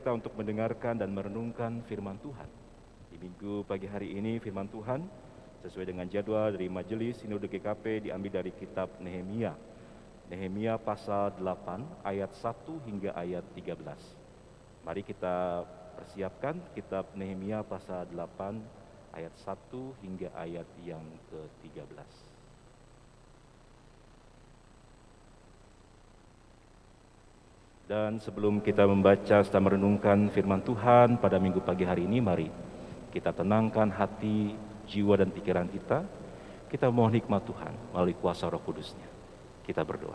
Kita untuk mendengarkan dan merenungkan firman Tuhan. Di minggu pagi hari ini firman Tuhan sesuai dengan jadwal dari Majelis Sinode GKP diambil dari kitab Nehemia. Nehemia pasal 8 ayat 1 hingga ayat 13. Mari kita persiapkan kitab Nehemia pasal 8 ayat 1 hingga ayat yang ke-13. Dan sebelum kita membaca serta merenungkan firman Tuhan pada minggu pagi hari ini, mari kita tenangkan hati, jiwa dan pikiran kita. Kita mohon hikmat Tuhan melalui kuasa Roh Kudus-Nya. Kita berdoa.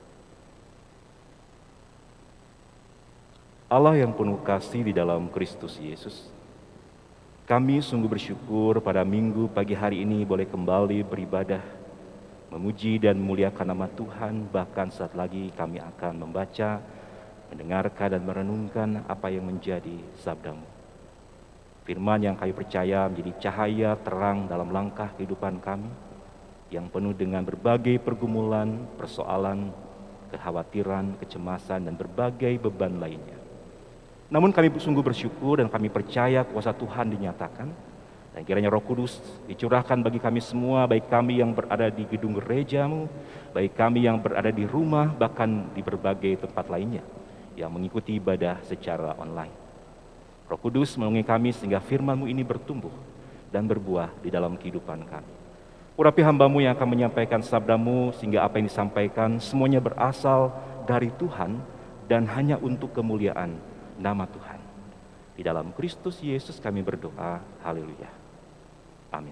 Allah yang penuh kasih di dalam Kristus Yesus, kami sungguh bersyukur pada minggu pagi hari ini boleh kembali beribadah, memuji dan memuliakan nama Tuhan. Bahkan saat lagi kami akan membaca, mendengarkan dan merenungkan apa yang menjadi sabda-Mu. Firman yang kami percaya menjadi cahaya terang dalam langkah kehidupan kami, yang penuh dengan berbagai pergumulan, persoalan, kekhawatiran, kecemasan, dan berbagai beban lainnya. Namun kami sungguh bersyukur dan kami percaya kuasa Tuhan dinyatakan, dan kiranya Roh Kudus dicurahkan bagi kami semua, baik kami yang berada di gedung gereja-Mu, baik kami yang berada di rumah, bahkan di berbagai tempat lainnya yang mengikuti ibadah secara online. Roh Kudus menolongi kami sehingga firman-Mu ini bertumbuh dan berbuah di dalam kehidupan kami. Urapi hamba-Mu yang akan menyampaikan sabda-Mu sehingga apa yang disampaikan semuanya berasal dari Tuhan dan hanya untuk kemuliaan nama Tuhan. Di dalam Kristus Yesus kami berdoa. Haleluya. Amin.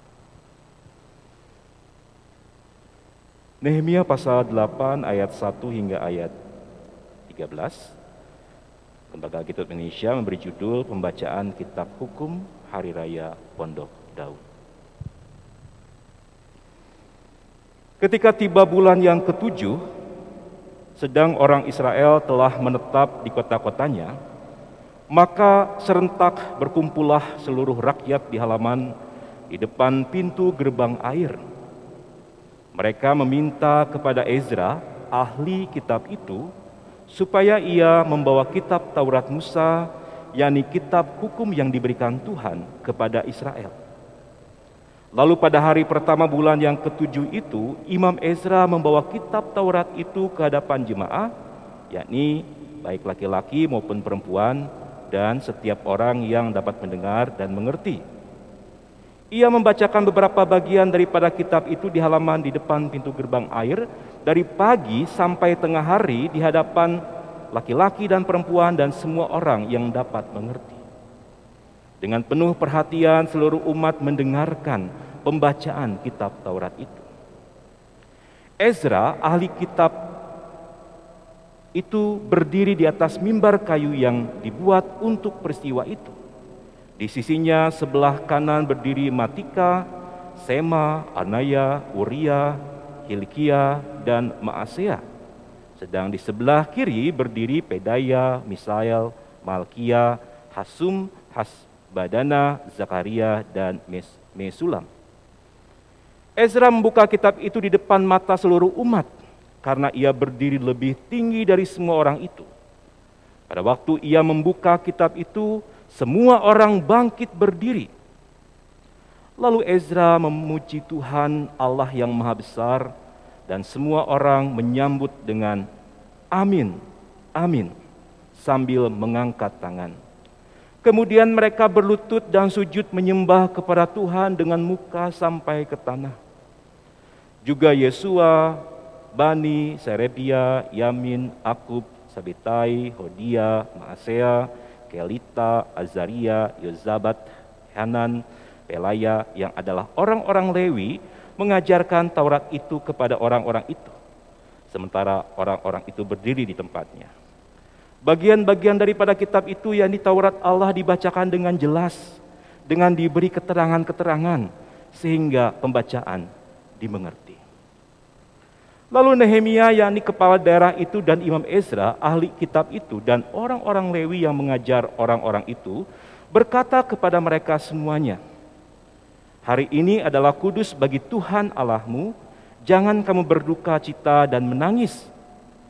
Nehemia pasal 8 ayat 1 hingga ayat 13. Lembaga Alkitab Indonesia memberi judul Pembacaan Kitab Hukum Hari Raya Pondok Daun. Ketika tiba bulan yang ke-7, sedang orang Israel telah menetap di kota-kotanya, maka serentak berkumpullah seluruh rakyat di halaman di depan pintu gerbang air. Mereka meminta kepada Ezra, ahli kitab itu, supaya ia membawa kitab Taurat Musa, yakni kitab hukum yang diberikan Tuhan kepada Israel. Lalu pada hari pertama bulan yang ke-7 itu, Imam Ezra membawa kitab Taurat itu ke hadapan jemaah, yakni baik laki-laki maupun perempuan, dan setiap orang yang dapat mendengar dan mengerti. Ia membacakan beberapa bagian daripada kitab itu di halaman di depan pintu gerbang air, dari pagi sampai tengah hari di hadapan laki-laki dan perempuan dan semua orang yang dapat mengerti. Dengan penuh perhatian seluruh umat mendengarkan pembacaan kitab Taurat itu. Ezra, ahli kitab itu, berdiri di atas mimbar kayu yang dibuat untuk peristiwa itu. Di sisinya sebelah kanan berdiri Matika, Sema, Anaya, Uria, Hilkia, dan Maasea. Sedang di sebelah kiri berdiri Pedaya, Misael, Malkia, Hasum, Hasbadana, Zakaria, dan Mesulam. Ezra membuka kitab itu di depan mata seluruh umat, karena ia berdiri lebih tinggi dari semua orang itu. Pada waktu ia membuka kitab itu, semua orang bangkit berdiri. Lalu Ezra memuji Tuhan Allah yang Maha Besar, dan semua orang menyambut dengan amin, amin, sambil mengangkat tangan. Kemudian mereka berlutut dan sujud menyembah kepada Tuhan dengan muka sampai ke tanah. Juga Yesua, Bani, Serebia, Yamin, Akub, Sabetai, Hodia, Maasea, Kelita, Azaria, Yozabat, Hanan, Pelaya, yang adalah orang-orang Lewi, mengajarkan Taurat itu kepada orang-orang itu, sementara orang-orang itu berdiri di tempatnya. Bagian-bagian daripada kitab itu, yakni Taurat Allah, dibacakan dengan jelas, dengan diberi keterangan-keterangan, sehingga pembacaan dimengerti. Lalu Nehemia, yakni kepala daerah itu, dan Imam Ezra, ahli kitab itu, dan orang-orang Lewi yang mengajar orang-orang itu, berkata kepada mereka semuanya, "Hari ini adalah kudus bagi Tuhan Allahmu, jangan kamu berduka cita dan menangis.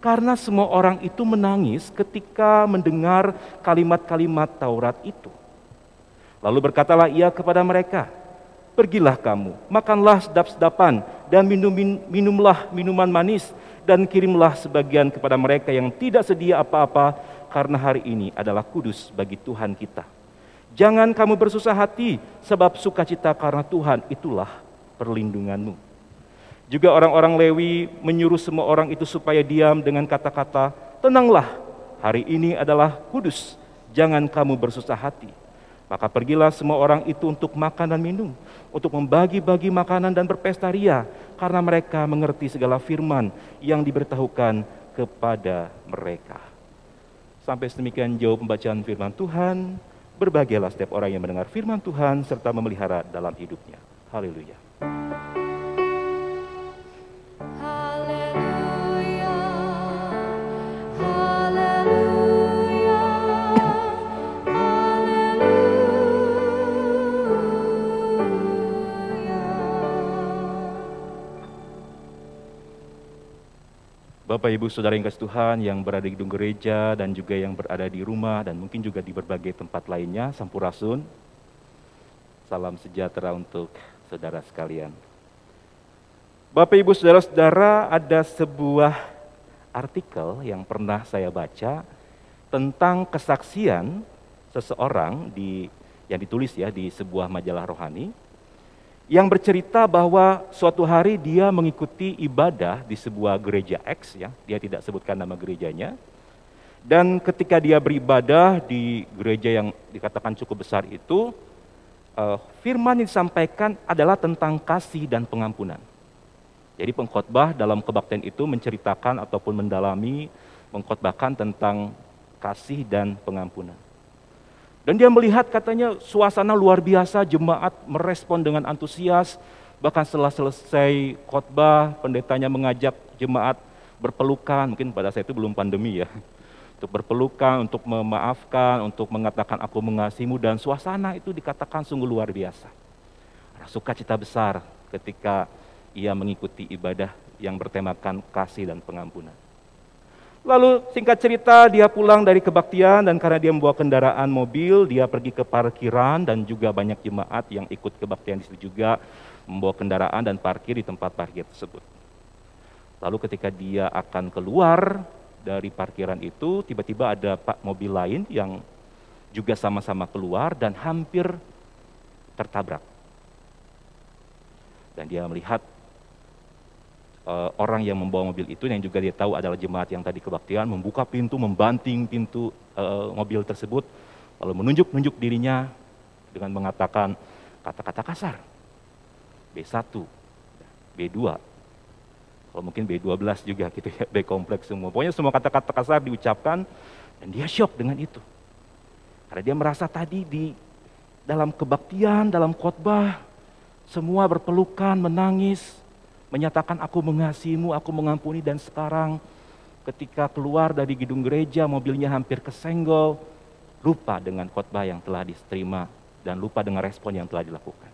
Karena semua orang itu menangis ketika mendengar kalimat-kalimat Taurat itu. Lalu berkatalah ia kepada mereka, "Pergilah kamu, makanlah sedap-sedapan dan minumlah minuman manis, dan kirimlah sebagian kepada mereka yang tidak sedia apa-apa, karena hari ini adalah kudus bagi Tuhan kita. Jangan kamu bersusah hati, sebab sukacita karena Tuhan itulah perlindunganmu." Juga orang-orang Lewi menyuruh semua orang itu supaya diam dengan kata-kata, "Tenanglah, hari ini adalah kudus, jangan kamu bersusah hati." Maka pergilah semua orang itu untuk makan dan minum, untuk membagi-bagi makanan dan berpesta ria, karena mereka mengerti segala firman yang diberitahukan kepada mereka. Sampai sedemikian jauh pembacaan firman Tuhan. Berbahagialah setiap orang yang mendengar firman Tuhan serta memelihara dalam hidupnya. Haleluya. Bapak Ibu Saudara yang kasih Tuhan yang berada di gedung gereja dan juga yang berada di rumah dan mungkin juga di berbagai tempat lainnya, Sampurasun. Salam sejahtera untuk saudara sekalian. Bapak Ibu Saudara-saudara, ada sebuah artikel yang pernah saya baca tentang kesaksian seseorang yang ditulis ya di sebuah majalah rohani, yang bercerita bahwa suatu hari dia mengikuti ibadah di sebuah gereja X, ya, dia tidak sebutkan nama gerejanya. Dan ketika dia beribadah di gereja yang dikatakan cukup besar itu, firman yang disampaikan adalah tentang kasih dan pengampunan. Jadi pengkhotbah dalam kebaktian itu menceritakan ataupun mengkhotbahkan tentang kasih dan pengampunan. Dan dia melihat katanya suasana luar biasa, jemaat merespon dengan antusias. Bahkan setelah selesai khotbah, pendetanya mengajak jemaat berpelukan, mungkin pada saat itu belum pandemi ya. Untuk berpelukan, untuk memaafkan, untuk mengatakan aku mengasihimu, dan suasana itu dikatakan sungguh luar biasa. Sukacita besar ketika ia mengikuti ibadah yang bertemakan kasih dan pengampunan. Lalu singkat cerita dia pulang dari kebaktian dan karena dia membawa kendaraan mobil, dia pergi ke parkiran dan juga banyak jemaat yang ikut kebaktian di situ juga membawa kendaraan dan parkir di tempat parkir tersebut. Lalu ketika dia akan keluar dari parkiran itu, tiba-tiba ada mobil lain yang juga sama-sama keluar dan hampir tertabrak. Dan dia melihat orang yang membawa mobil itu yang juga dia tahu adalah jemaat yang tadi kebaktian membuka pintu, membanting pintu mobil tersebut, lalu menunjuk-nunjuk dirinya dengan mengatakan kata-kata kasar. B1, B2, kalau mungkin B12 juga gitu ya, B kompleks semua. Pokoknya semua kata-kata kasar diucapkan dan dia syok dengan itu. Karena dia merasa tadi di dalam kebaktian, dalam khotbah, semua berpelukan, menangis, menyatakan aku mengasihimu, aku mengampuni, dan sekarang ketika keluar dari gedung gereja mobilnya hampir kesenggol, lupa dengan khotbah yang telah diterima dan lupa dengan respon yang telah dilakukan.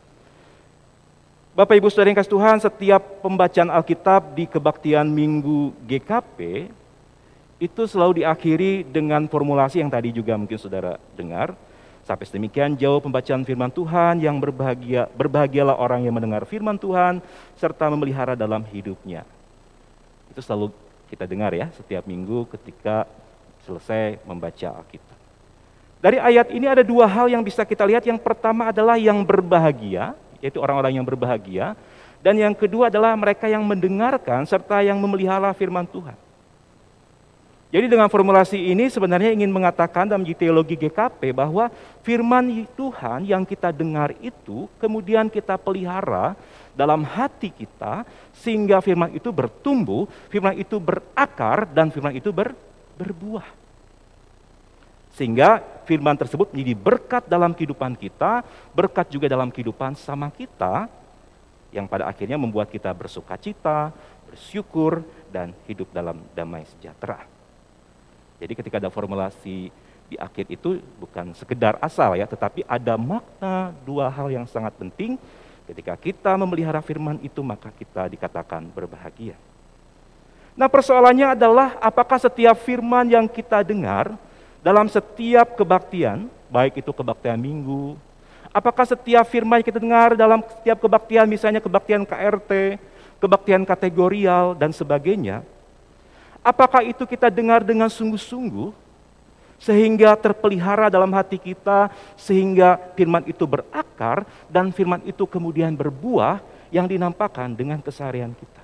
Bapak Ibu Saudara yang kasih Tuhan, setiap pembacaan Alkitab di kebaktian Minggu GKP itu selalu diakhiri dengan formulasi yang tadi juga mungkin Saudara dengar. Sampai sedemikian jauh pembacaan firman Tuhan yang berbahagialah orang yang mendengar firman Tuhan serta memelihara dalam hidupnya. Itu selalu kita dengar ya setiap minggu ketika selesai membaca Alkitab. Dari ayat ini ada dua hal yang bisa kita lihat. Yang pertama adalah yang berbahagia, yaitu orang-orang yang berbahagia. Dan yang kedua adalah mereka yang mendengarkan serta yang memelihara firman Tuhan. Jadi dengan formulasi ini sebenarnya ingin mengatakan dalam teologi GKP bahwa firman Tuhan yang kita dengar itu kemudian kita pelihara dalam hati kita sehingga firman itu bertumbuh, firman itu berakar, dan firman itu berbuah. Sehingga firman tersebut menjadi berkat dalam kehidupan kita, berkat juga dalam kehidupan sama kita, yang pada akhirnya membuat kita bersukacita, bersyukur, dan hidup dalam damai sejahtera. Jadi ketika ada formulasi di akhir itu bukan sekedar asal ya, tetapi ada makna dua hal yang sangat penting. Ketika kita memelihara firman itu maka kita dikatakan berbahagia. Nah, persoalannya adalah apakah setiap firman yang kita dengar dalam setiap kebaktian, baik itu kebaktian minggu, apakah setiap firman yang kita dengar dalam setiap kebaktian, misalnya kebaktian KRT, kebaktian kategorial, dan sebagainya, apakah itu kita dengar dengan sungguh-sungguh, sehingga terpelihara dalam hati kita, sehingga firman itu berakar, dan firman itu kemudian berbuah yang dinampakkan dengan keseharian kita.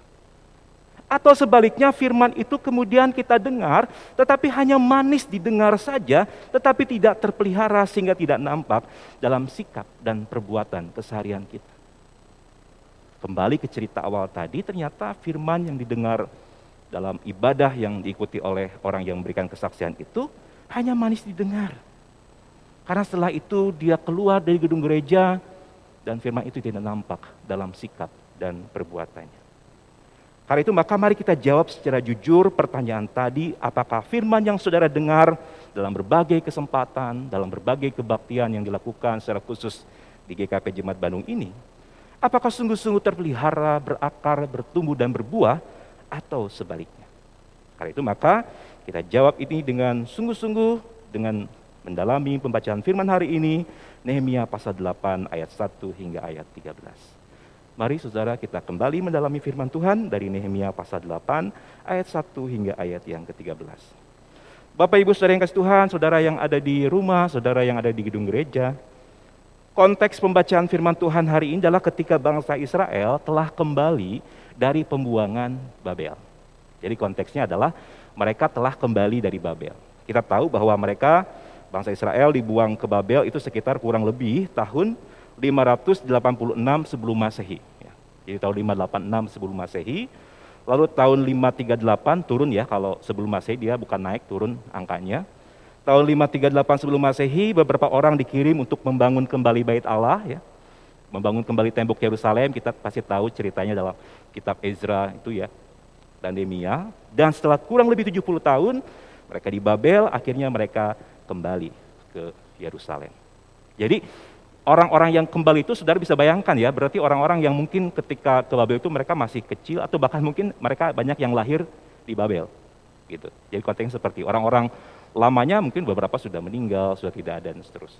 Atau sebaliknya firman itu kemudian kita dengar, tetapi hanya manis didengar saja, tetapi tidak terpelihara sehingga tidak nampak dalam sikap dan perbuatan keseharian kita. Kembali ke cerita awal tadi, ternyata firman yang didengar dalam ibadah yang diikuti oleh orang yang memberikan kesaksian itu hanya manis didengar. Karena setelah itu dia keluar dari gedung gereja dan firman itu tidak nampak dalam sikap dan perbuatannya. Karena itu maka mari kita jawab secara jujur pertanyaan tadi, apakah firman yang saudara dengar dalam berbagai kesempatan, dalam berbagai kebaktian yang dilakukan secara khusus di GKP Jemaat Bandung ini, apakah sungguh-sungguh terpelihara, berakar, bertumbuh dan berbuah, atau sebaliknya? Karena itu maka kita jawab ini dengan sungguh-sungguh, dengan mendalami pembacaan firman hari ini, Nehemia pasal 8 ayat 1 hingga ayat 13. Mari saudara kita kembali mendalami firman Tuhan dari Nehemia pasal 8 ayat 1 hingga ayat yang ke-13. Bapak Ibu saudara yang kasih Tuhan, saudara yang ada di rumah, saudara yang ada di gedung gereja, konteks pembacaan firman Tuhan hari ini adalah ketika bangsa Israel telah kembali dari pembuangan Babel. Jadi konteksnya adalah mereka telah kembali dari Babel. Kita tahu bahwa mereka, bangsa Israel dibuang ke Babel itu sekitar kurang lebih tahun 586 sebelum Masehi. Jadi tahun 586 sebelum Masehi, lalu tahun 538 turun ya, kalau sebelum Masehi dia bukan naik, turun angkanya. Tahun 538 sebelum Masehi beberapa orang dikirim untuk membangun kembali bait Allah ya. Membangun kembali tembok Yerusalem, kita pasti tahu ceritanya dalam kitab Ezra itu ya, dan Nehemia. Dan setelah kurang lebih 70 tahun mereka di Babel, akhirnya mereka kembali ke Yerusalem. Jadi orang-orang yang kembali itu saudara bisa bayangkan ya, berarti orang-orang yang mungkin ketika ke Babel itu mereka masih kecil atau bahkan mungkin mereka banyak yang lahir di Babel. Gitu. Jadi konteksnya seperti orang-orang lamanya mungkin beberapa sudah meninggal, sudah tidak ada dan seterusnya.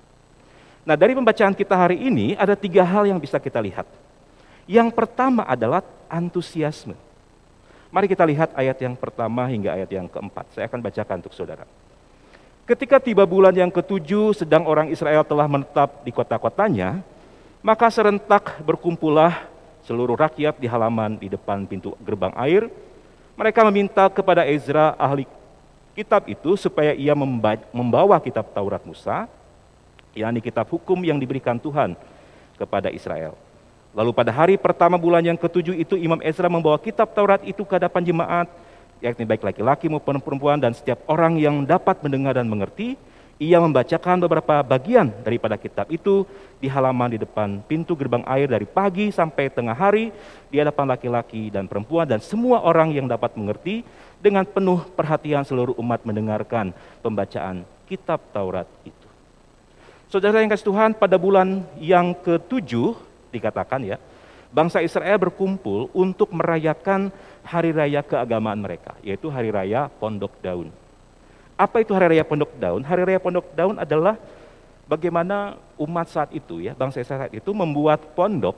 Nah, dari pembacaan kita hari ini ada 3 hal yang bisa kita lihat. Yang pertama adalah antusiasme. Mari kita lihat ayat yang pertama hingga ayat yang keempat. Saya akan bacakan untuk saudara. Ketika tiba bulan yang ke-7, sedang orang Israel telah menetap di kota-kotanya, maka serentak berkumpullah seluruh rakyat di halaman di depan pintu gerbang air. Mereka meminta kepada Ezra, ahli kitab itu, supaya ia membawa kitab Taurat Musa, yakni kitab hukum yang diberikan Tuhan kepada Israel. Lalu pada hari pertama bulan yang ke-7 itu, Imam Ezra membawa kitab Taurat itu ke hadapan jemaat, yakni baik laki-laki maupun perempuan, dan setiap orang yang dapat mendengar dan mengerti. Ia membacakan beberapa bagian daripada kitab itu di halaman di depan pintu gerbang air dari pagi sampai tengah hari di hadapan laki-laki dan perempuan dan semua orang yang dapat mengerti. Dengan penuh perhatian seluruh umat mendengarkan pembacaan kitab Taurat itu. Saudara yang kasih Tuhan, pada bulan yang ke-7 dikatakan ya, bangsa Israel berkumpul untuk merayakan hari raya keagamaan mereka, yaitu hari raya Pondok Daun. Apa itu hari raya Pondok Daun? Hari raya Pondok Daun adalah bagaimana umat saat itu ya, bangsa Israel saat itu membuat pondok.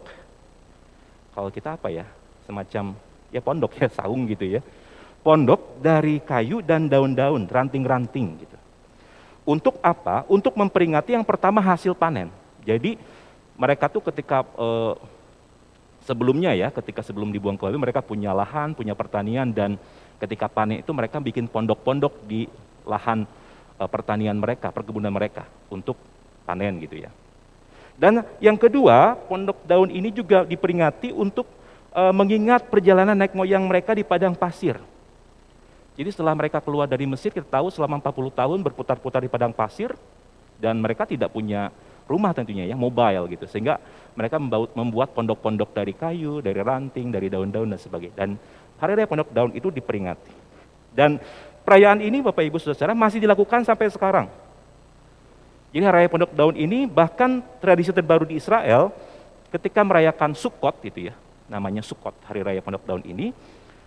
Kalau kita apa ya, semacam ya pondok ya, saung gitu ya. Pondok dari kayu dan daun-daun, ranting-ranting gitu. Untuk apa? Untuk memperingati yang pertama hasil panen. Jadi mereka tuh ketika sebelumnya ya, ketika sebelum dibuang ke Babel, mereka punya lahan, punya pertanian, dan ketika panen itu mereka bikin pondok-pondok di lahan pertanian mereka, perkebunan mereka untuk panen gitu ya. Dan yang kedua, Pondok Daun ini juga diperingati untuk mengingat perjalanan naik moyang mereka di padang pasir. Jadi setelah mereka keluar dari Mesir, kita tahu selama 40 tahun berputar-putar di padang pasir, dan mereka tidak punya rumah tentunya ya, mobile gitu, sehingga mereka membuat pondok-pondok dari kayu, dari ranting, dari daun-daun dan sebagainya. Dan hari raya Pondok Daun itu diperingati. Dan perayaan ini Bapak Ibu Saudara masih dilakukan sampai sekarang. Jadi hari raya Pondok Daun ini bahkan tradisi terbaru di Israel ketika merayakan Sukkot gitu ya, namanya Sukkot, hari raya Pondok Daun ini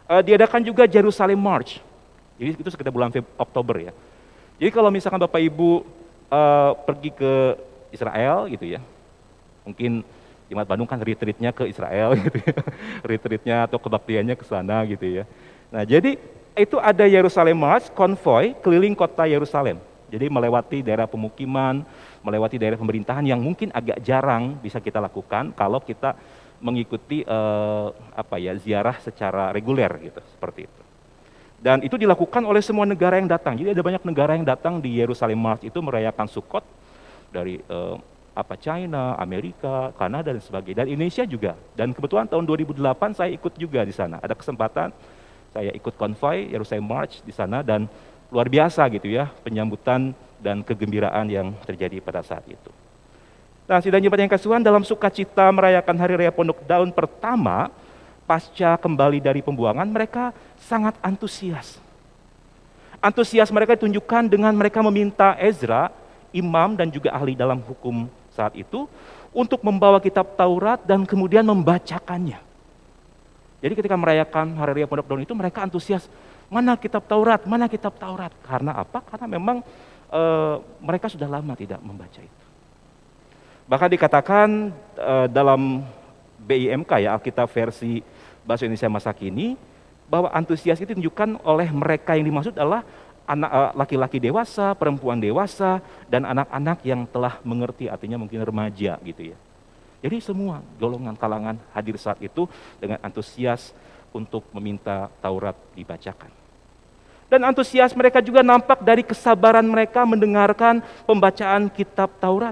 Diadakan juga Jerusalem March. Jadi itu sekitar bulan Oktober ya. Jadi kalau misalkan Bapak Ibu pergi ke Israel gitu ya, mungkin Jemaat Bandung kan retreatnya ke Israel gitu ya, retreatnya atau kebaktiannya ke sana gitu ya. Nah jadi itu ada Jerusalem March, konvoi keliling kota Yerusalem. Jadi melewati daerah pemukiman, melewati daerah pemerintahan yang mungkin agak jarang bisa kita lakukan kalau kita mengikuti ziarah secara reguler gitu, seperti itu. Dan itu dilakukan oleh semua negara yang datang. Jadi ada banyak negara yang datang di Jerusalem March itu merayakan Sukkot dari China, Amerika, Kanada dan sebagainya. Dan Indonesia juga. Dan kebetulan tahun 2008 saya ikut juga di sana. Ada kesempatan saya ikut konvoi Jerusalem March di sana dan luar biasa gitu ya penyambutan dan kegembiraan yang terjadi pada saat itu. Nah, sidang jemaat yang kasuhan dalam sukacita merayakan Hari Raya Pondok Daun pertama pasca kembali dari pembuangan, mereka sangat antusias. Antusias mereka ditunjukkan dengan mereka meminta Ezra, imam dan juga ahli dalam hukum saat itu, untuk membawa kitab Taurat dan kemudian membacakannya. Jadi ketika merayakan Hari Raya Pondok Daun itu mereka antusias, mana kitab Taurat, mana kitab Taurat. Karena apa? Karena memang mereka sudah lama tidak membaca itu. Bahkan dikatakan dalam BIMK ya, Alkitab versi Bahasa Indonesia masa kini, bahwa antusias itu ditunjukkan oleh mereka yang dimaksud adalah anak laki-laki dewasa, perempuan dewasa, dan anak-anak yang telah mengerti, artinya mungkin remaja gitu ya. Jadi semua golongan kalangan hadir saat itu dengan antusias untuk meminta Taurat dibacakan. Dan antusias mereka juga nampak dari kesabaran mereka mendengarkan pembacaan kitab Taurat.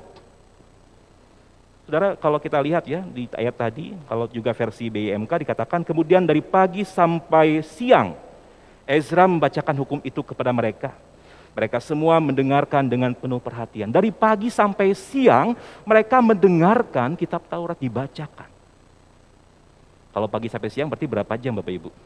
Saudara, kalau kita lihat ya di ayat tadi, kalau juga versi BIMK dikatakan kemudian dari pagi sampai siang Ezra membacakan hukum itu kepada mereka. Mereka semua mendengarkan dengan penuh perhatian. Dari pagi sampai siang mereka mendengarkan kitab Taurat dibacakan. Kalau pagi sampai siang berarti berapa jam Bapak Ibu?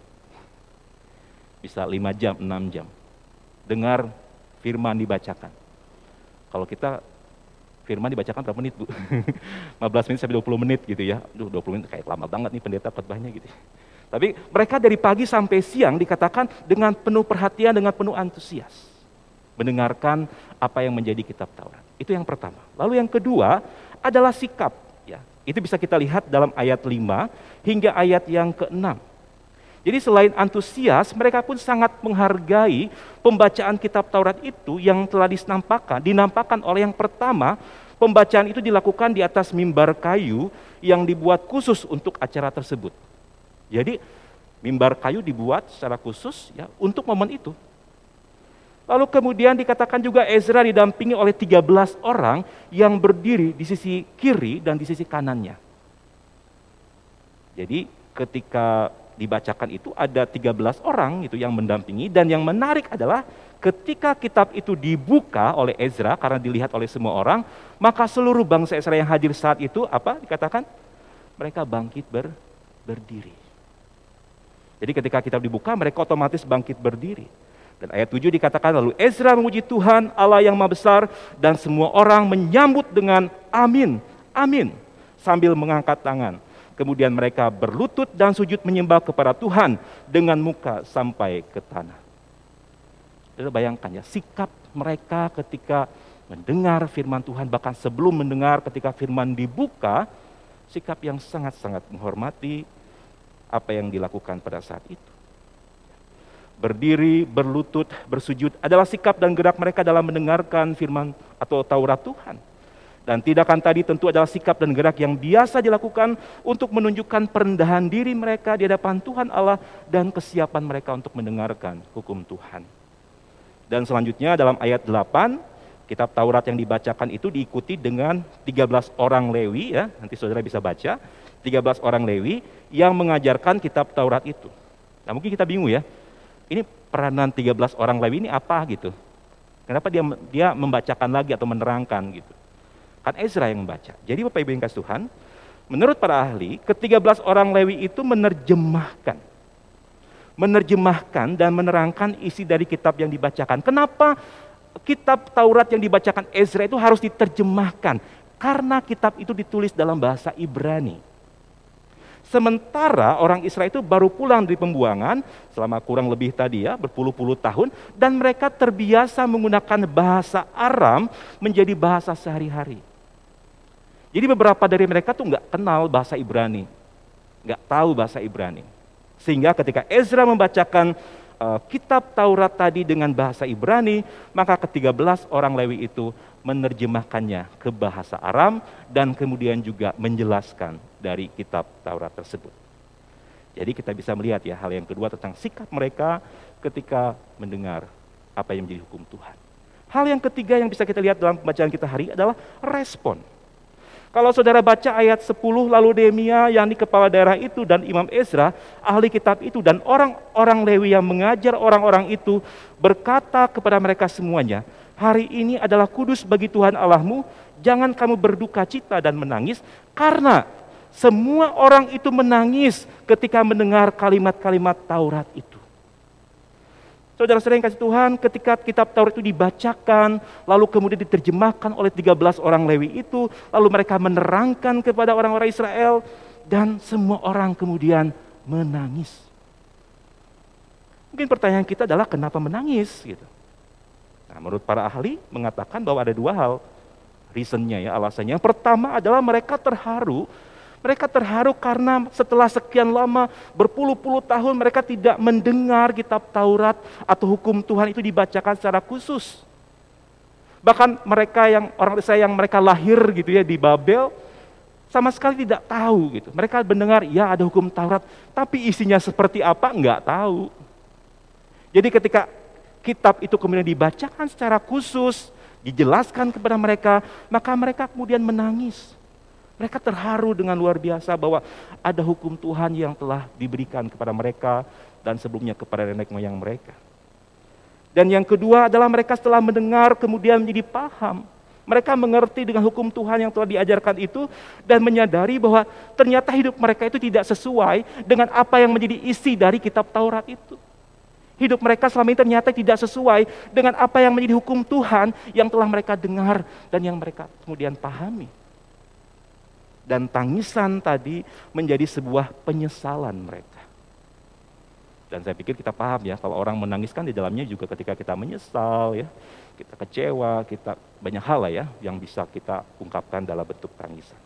Bisa 5 jam, 6 jam. Dengar firman dibacakan. Kalau kita firman dibacakan berapa menit Bu? 15 menit sampai 20 menit gitu ya. 20 menit kayak lama banget nih pendeta khotbahnya gitu. Tapi mereka dari pagi sampai siang dikatakan dengan penuh perhatian, dengan penuh antusias. Mendengarkan apa yang menjadi kitab Taurat. Itu yang pertama. Lalu yang kedua adalah sikap. Ya. Itu bisa kita lihat dalam ayat 5 hingga ayat yang ke-6. Jadi selain antusias, mereka pun sangat menghargai pembacaan kitab Taurat itu yang telah dinampakkan oleh yang pertama, pembacaan itu dilakukan di atas mimbar kayu yang dibuat khusus untuk acara tersebut. Jadi mimbar kayu dibuat secara khusus ya untuk momen itu. Lalu kemudian dikatakan juga Ezra didampingi oleh 13 orang yang berdiri di sisi kiri dan di sisi kanannya. Jadi ketika dibacakan itu ada 13 orang itu yang mendampingi, dan yang menarik adalah ketika kitab itu dibuka oleh Ezra karena dilihat oleh semua orang, maka seluruh bangsa Israel yang hadir saat itu apa dikatakan? Mereka bangkit berdiri. Jadi ketika kitab dibuka mereka otomatis bangkit berdiri. Dan ayat 7 dikatakan lalu Ezra memuji Tuhan Allah yang Maha Besar dan semua orang menyambut dengan amin, amin sambil mengangkat tangan. Kemudian mereka berlutut dan sujud menyembah kepada Tuhan dengan muka sampai ke tanah. Jadi bayangkan ya, sikap mereka ketika mendengar firman Tuhan, bahkan sebelum mendengar ketika firman dibuka, sikap yang sangat-sangat menghormati apa yang dilakukan pada saat itu. Berdiri, berlutut, bersujud adalah sikap dan gerak mereka dalam mendengarkan firman atau Taurat Tuhan. Dan tindakan tadi tentu adalah sikap dan gerak yang biasa dilakukan untuk menunjukkan perendahan diri mereka di hadapan Tuhan Allah dan kesiapan mereka untuk mendengarkan hukum Tuhan. Dan selanjutnya dalam ayat 8, kitab Taurat yang dibacakan itu diikuti dengan 13 orang Lewi ya, nanti saudara bisa baca, 13 orang Lewi yang mengajarkan kitab Taurat itu. Nah mungkin kita bingung ya, ini peranan 13 orang Lewi ini apa gitu? Kenapa dia membacakan lagi atau menerangkan gitu? Kan Ezra yang membaca. Jadi Bapak Ibu yang kasih Tuhan, menurut para ahli, ke-13 orang Lewi itu menerjemahkan dan menerangkan isi dari kitab yang dibacakan. Kenapa kitab Taurat yang dibacakan Ezra itu harus diterjemahkan? Karena kitab itu ditulis dalam bahasa Ibrani. Sementara orang Israel itu baru pulang dari pembuangan selama kurang lebih tadi ya, berpuluh-puluh tahun, dan mereka terbiasa menggunakan bahasa Aram menjadi bahasa sehari-hari. Jadi beberapa dari mereka tuh nggak kenal bahasa Ibrani, nggak tahu bahasa Ibrani. Sehingga ketika Ezra membacakan kitab Taurat tadi dengan bahasa Ibrani, maka ke-13 orang Lewi itu menerjemahkannya ke bahasa Aram dan kemudian juga menjelaskan dari kitab Taurat tersebut. Jadi kita bisa melihat ya hal yang kedua tentang sikap mereka ketika mendengar apa yang menjadi hukum Tuhan. Hal yang ketiga yang bisa kita lihat dalam pembacaan kita hari adalah respon. Kalau saudara baca ayat 10, lalu Nehemia yakni kepala daerah itu dan Imam Ezra, ahli kitab itu dan orang-orang Lewi yang mengajar orang-orang itu berkata kepada mereka semuanya, hari ini adalah kudus bagi Tuhan Allahmu, jangan kamu berduka cita dan menangis, karena semua orang itu menangis ketika mendengar kalimat-kalimat Taurat itu. Saudara-saudara yang kasih Tuhan, ketika kitab Taurat itu dibacakan, lalu kemudian diterjemahkan oleh 13 orang Lewi itu, lalu mereka menerangkan kepada orang-orang Israel, dan semua orang kemudian menangis. Mungkin pertanyaan kita adalah kenapa menangis? Gitu. Nah, menurut para ahli mengatakan bahwa ada dua hal reasonnya ya, alasannya. Yang pertama adalah mereka terharu. Mereka terharu karena setelah sekian lama, berpuluh-puluh tahun mereka tidak mendengar kitab Taurat atau hukum Tuhan itu dibacakan secara khusus. Bahkan mereka yang orang Israel yang mereka lahir gitu ya di Babel, sama sekali tidak tahu gitu. Mereka mendengar ya ada hukum Taurat, tapi isinya seperti apa enggak tahu. Jadi ketika kitab itu kemudian dibacakan secara khusus, dijelaskan kepada mereka, maka mereka kemudian menangis. Mereka terharu dengan luar biasa bahwa ada hukum Tuhan yang telah diberikan kepada mereka dan sebelumnya kepada nenek moyang mereka. Dan yang kedua adalah mereka setelah mendengar kemudian menjadi paham. Mereka mengerti dengan hukum Tuhan yang telah diajarkan itu dan menyadari bahwa ternyata hidup mereka itu tidak sesuai dengan apa yang menjadi isi dari kitab Taurat itu. Hidup mereka selama ini ternyata tidak sesuai dengan apa yang menjadi hukum Tuhan yang telah mereka dengar dan yang mereka kemudian pahami. Dan tangisan tadi menjadi sebuah penyesalan mereka. Dan saya pikir kita paham ya, kalau orang menangiskan di dalamnya juga ketika kita menyesal ya, kita kecewa, kita banyak hal lah ya yang bisa kita ungkapkan dalam bentuk tangisan.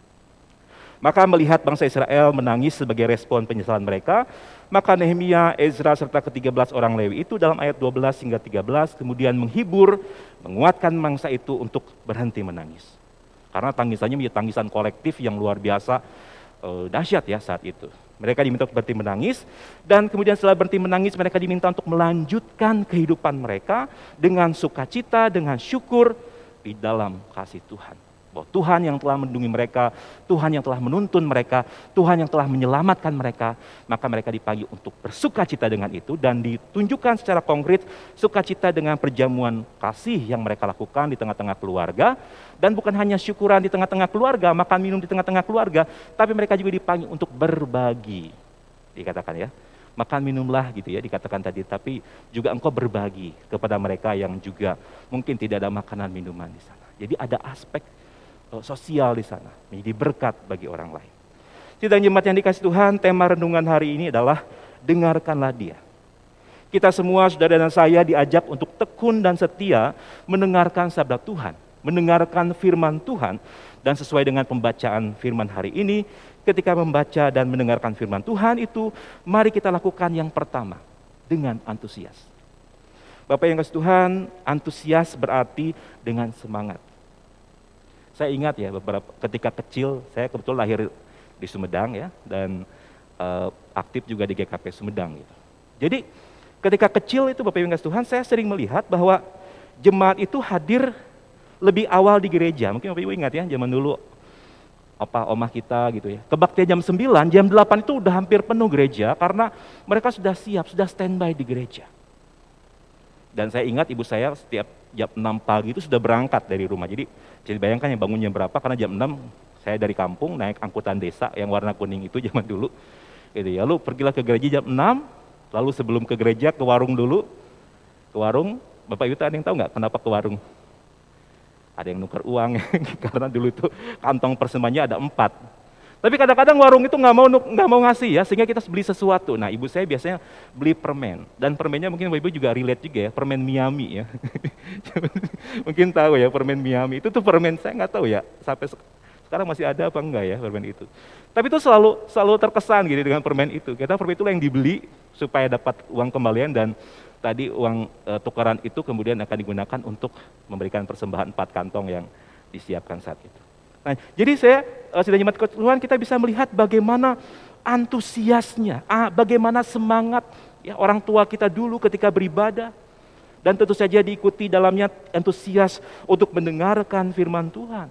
Maka melihat bangsa Israel menangis sebagai respon penyesalan mereka, maka Nehemia, Ezra serta ke-13 orang Lewi itu dalam ayat 12 hingga 13 kemudian menghibur, menguatkan bangsa itu untuk berhenti menangis. Karena tangisannya menjadi tangisan kolektif yang luar biasa dahsyat ya saat itu. Mereka diminta untuk berhenti menangis, dan kemudian setelah berhenti menangis mereka diminta untuk melanjutkan kehidupan mereka dengan sukacita, dengan syukur di dalam kasih Tuhan. Bahwa Tuhan yang telah melindungi mereka, Tuhan yang telah menuntun mereka, Tuhan yang telah menyelamatkan mereka, maka mereka dipanggil untuk bersukacita dengan itu dan ditunjukkan secara konkret sukacita dengan perjamuan kasih yang mereka lakukan di tengah-tengah keluarga, dan bukan hanya syukuran di tengah-tengah keluarga, makan minum di tengah-tengah keluarga, tapi mereka juga dipanggil untuk berbagi, dikatakan ya. Makan minumlah gitu ya dikatakan tadi, tapi juga engkau berbagi kepada mereka yang juga mungkin tidak ada makanan minuman di sana. Jadi ada aspek sosial di sana, menjadi berkat bagi orang lain. Sidang jemaat yang dikasih Tuhan, tema renungan hari ini adalah dengarkanlah Dia. Kita semua, saudara dan saya, diajak untuk tekun dan setia mendengarkan sabda Tuhan, mendengarkan firman Tuhan, dan sesuai dengan pembacaan firman hari ini, ketika membaca dan mendengarkan firman Tuhan itu, mari kita lakukan yang pertama, dengan antusias. Bapak yang kasih Tuhan, antusias berarti dengan semangat. Saya ingat ya beberapa ketika kecil, saya kebetulan lahir di Sumedang ya, dan aktif juga di GKP Sumedang gitu. Jadi ketika kecil itu Bapak Ibu kasih Tuhan, saya sering melihat bahwa jemaat itu hadir lebih awal di gereja. Mungkin Bapak Ibu ingat ya, zaman dulu omah kita gitu ya. Kebaktian jam 9, jam 8 itu udah hampir penuh gereja karena mereka sudah siap, sudah standby di gereja. Dan saya ingat ibu saya setiap jam 6 pagi itu sudah berangkat dari rumah. Jadi bayangkan yang bangunnya berapa, karena jam 6 saya dari kampung naik angkutan desa yang warna kuning itu zaman dulu. Gitu ya. Lalu pergilah ke gereja jam 6, lalu sebelum ke gereja ke warung dulu. Ke warung, Bapak Ibu ada yang tahu nggak kenapa ke warung? Ada yang nuker uang, karena dulu itu kantong persembahannya ada 4. Tapi kadang-kadang warung itu nggak mau ngasih ya, sehingga kita beli sesuatu. Nah, ibu saya biasanya beli permen, dan permennya mungkin ibu juga relate juga ya, permen Miami ya. Mungkin tahu ya permen Miami itu tuh permen, saya nggak tahu ya sampai sekarang masih ada apa enggak ya permen itu. Tapi itu selalu terkesan gitu dengan permen itu. Kita permen itu yang dibeli supaya dapat uang kembalian, dan tadi uang tukaran itu kemudian akan digunakan untuk memberikan persembahan 4 kantong yang disiapkan saat itu. Nah, jadi saya sudah nyimak ke Tuhan, kita bisa melihat bagaimana antusiasnya, bagaimana semangat ya orang tua kita dulu ketika beribadah, dan tentu saja diikuti dalamnya antusias untuk mendengarkan firman Tuhan.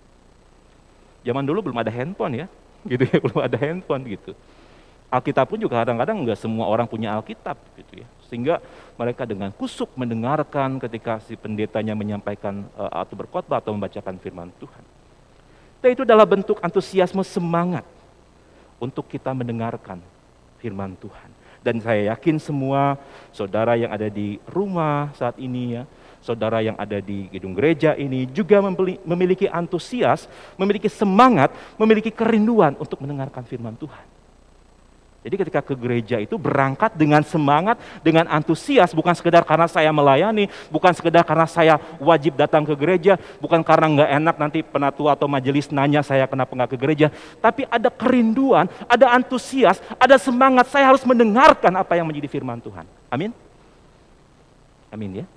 Zaman dulu belum ada handphone ya, gitu ya, belum ada handphone gitu. Alkitab pun juga kadang-kadang nggak semua orang punya Alkitab gitu ya, sehingga mereka dengan kusuk mendengarkan ketika si pendetanya menyampaikan atau berkhotbah atau membacakan firman Tuhan. Dan itu adalah bentuk antusiasme semangat untuk kita mendengarkan firman Tuhan. Dan saya yakin semua saudara yang ada di rumah saat ini ya, saudara yang ada di gedung gereja ini juga memiliki antusias, memiliki semangat, memiliki kerinduan untuk mendengarkan firman Tuhan. Jadi ketika ke gereja itu berangkat dengan semangat, dengan antusias, bukan sekedar karena saya melayani, bukan sekedar karena saya wajib datang ke gereja, bukan karena nggak enak nanti penatua atau majelis nanya saya kenapa nggak ke gereja, tapi ada kerinduan, ada antusias, ada semangat, saya harus mendengarkan apa yang menjadi firman Tuhan. Amin? Amin ya?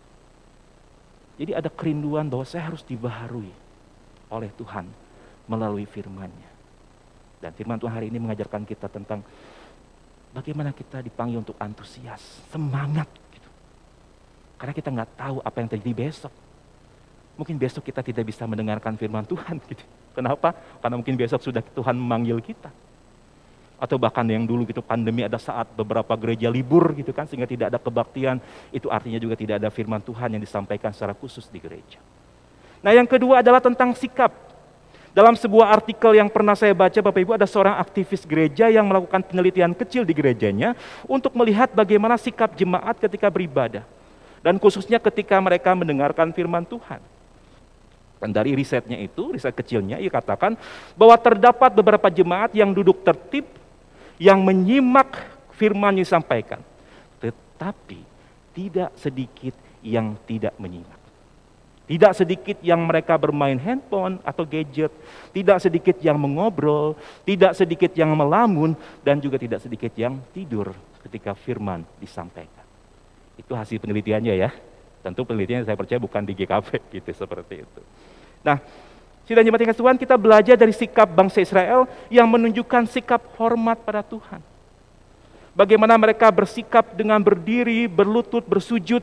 Jadi ada kerinduan bahwa saya harus dibaharui oleh Tuhan melalui firman-Nya. Dan firman Tuhan hari ini mengajarkan kita tentang bagaimana kita dipanggil untuk antusias, semangat gitu. Karena kita nggak tahu apa yang terjadi besok. Mungkin besok kita tidak bisa mendengarkan firman Tuhan gitu. Kenapa? Karena mungkin besok sudah Tuhan memanggil kita. Atau bahkan yang dulu gitu pandemi ada saat beberapa gereja libur gitu kan, sehingga tidak ada kebaktian, itu artinya juga tidak ada firman Tuhan yang disampaikan secara khusus di gereja. Nah, yang kedua adalah tentang sikap. Dalam sebuah artikel yang pernah saya baca, Bapak Ibu, ada seorang aktivis gereja yang melakukan penelitian kecil di gerejanya untuk melihat bagaimana sikap jemaat ketika beribadah. Dan khususnya ketika mereka mendengarkan firman Tuhan. Dan dari risetnya itu, riset kecilnya, ia katakan bahwa terdapat beberapa jemaat yang duduk tertib, yang menyimak firman yang disampaikan. Tetapi tidak sedikit yang tidak menyimak. Tidak sedikit yang mereka bermain handphone atau gadget, tidak sedikit yang mengobrol, tidak sedikit yang melamun, dan juga tidak sedikit yang tidur ketika firman disampaikan. Itu hasil penelitiannya ya. Tentu penelitiannya saya percaya bukan di GKP gitu, seperti itu. Nah, sidang jemaat yang Tuhan, kita belajar dari sikap bangsa Israel yang menunjukkan sikap hormat pada Tuhan. Bagaimana mereka bersikap dengan berdiri, berlutut, bersujud.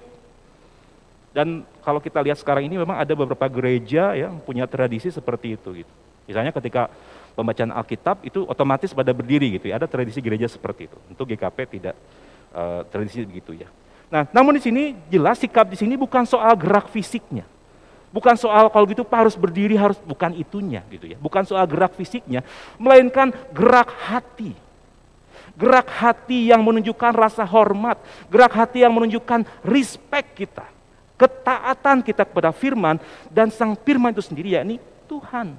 Dan kalau kita lihat sekarang ini memang ada beberapa gereja yang punya tradisi seperti itu gitu. Misalnya ketika pembacaan Alkitab itu otomatis pada berdiri gitu ya. Ada tradisi gereja seperti itu. Untuk GKP tidak tradisi begitu ya. Nah, namun di sini jelas sikap di sini bukan soal gerak fisiknya. Bukan soal kalau gitu Pak harus berdiri, harus, bukan itunya gitu ya. Bukan soal gerak fisiknya, melainkan gerak hati. Gerak hati yang menunjukkan rasa hormat, gerak hati yang menunjukkan respect kita. Ketaatan kita kepada firman dan sang firman itu sendiri, yakni Tuhan.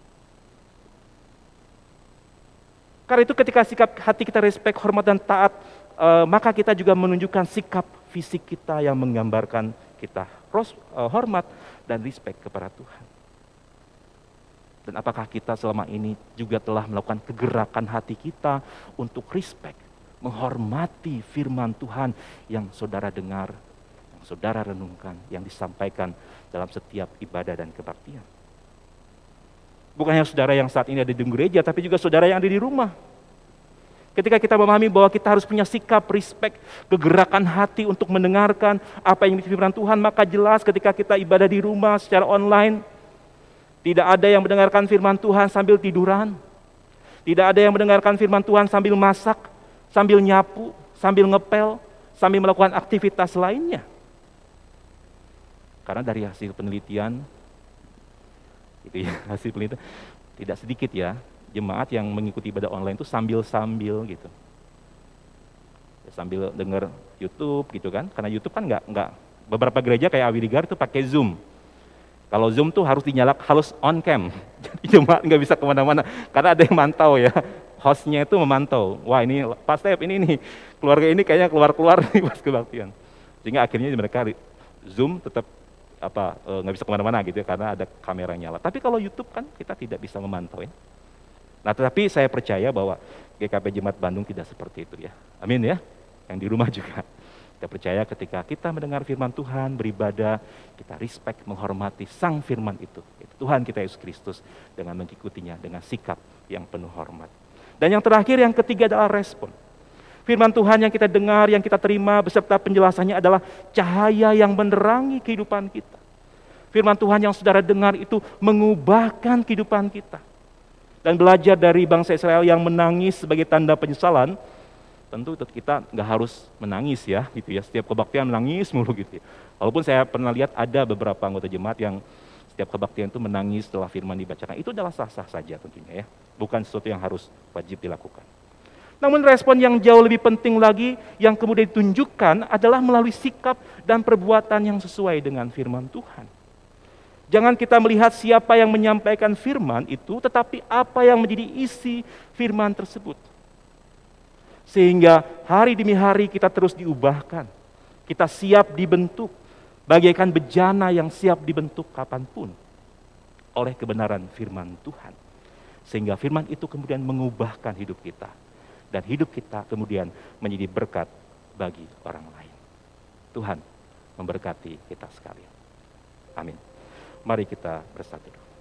Karena itu ketika sikap hati kita respect, hormat dan taat, maka kita juga menunjukkan sikap fisik kita yang menggambarkan kita hormat dan respect kepada Tuhan. Dan apakah kita selama ini juga telah melakukan kegerakan hati kita untuk respect, menghormati firman Tuhan yang saudara dengar, saudara renungkan, yang disampaikan dalam setiap ibadah dan kebaktian. Bukan hanya saudara yang saat ini ada di gereja, tapi juga saudara yang ada di rumah. Ketika kita memahami bahwa kita harus punya sikap, respect, kegerakan hati untuk mendengarkan apa yang menjadi firman Tuhan, maka jelas ketika kita ibadah di rumah secara online, tidak ada yang mendengarkan firman Tuhan sambil tiduran. Tidak ada yang mendengarkan firman Tuhan sambil masak, sambil nyapu, sambil ngepel, sambil melakukan aktivitas lainnya. Karena dari hasil penelitian, itu ya, hasil penelitian tidak sedikit ya jemaat yang mengikuti ibadah online itu sambil-sambil gitu, ya, sambil dengar YouTube gitu kan, karena YouTube kan nggak beberapa gereja kayak Awirigar itu pakai Zoom, Kalau Zoom tuh harus harus on cam. Jadi jemaat nggak bisa kemana-mana. Karena ada yang mantau ya. Hostnya itu memantau. Wah ini Pak Step ini nih. Keluarga ini kayaknya keluar-keluar nih pas kebaktian. Sehingga akhirnya mereka Zoom tetap nggak bisa kemana-mana gitu ya. Karena ada kamera nyala. Tapi kalau YouTube kan kita tidak bisa memantau ya. Nah tetapi saya percaya bahwa GKP Jemaat Bandung tidak seperti itu ya. Amin ya. Yang di rumah juga. Kita percaya ketika kita mendengar firman Tuhan, beribadah, kita respect, menghormati sang firman itu. Tuhan kita Yesus Kristus dengan mengikutinya dengan sikap yang penuh hormat. Dan yang terakhir, yang ketiga adalah respon. Firman Tuhan yang kita dengar, yang kita terima beserta penjelasannya adalah cahaya yang menerangi kehidupan kita. Firman Tuhan yang saudara dengar itu mengubahkan kehidupan kita. Dan belajar dari bangsa Israel yang menangis sebagai tanda penyesalan, tentu kita nggak harus menangis ya, gitu ya. Setiap kebaktian menangis mulu gitu ya. Walaupun saya pernah lihat ada beberapa anggota jemaat yang setiap kebaktian itu menangis setelah firman dibacakan. Itu adalah sah-sah saja tentunya ya. Bukan sesuatu yang harus wajib dilakukan. Namun respon yang jauh lebih penting lagi yang kemudian ditunjukkan adalah melalui sikap dan perbuatan yang sesuai dengan firman Tuhan. Jangan kita melihat siapa yang menyampaikan firman itu, tetapi apa yang menjadi isi firman tersebut. Sehingga hari demi hari kita terus diubahkan. Kita siap dibentuk, bagaikan bejana yang siap dibentuk kapanpun oleh kebenaran firman Tuhan. Sehingga firman itu kemudian mengubahkan hidup kita. Dan hidup kita kemudian menjadi berkat bagi orang lain. Tuhan memberkati kita sekalian. Amin. Mari kita bersatu.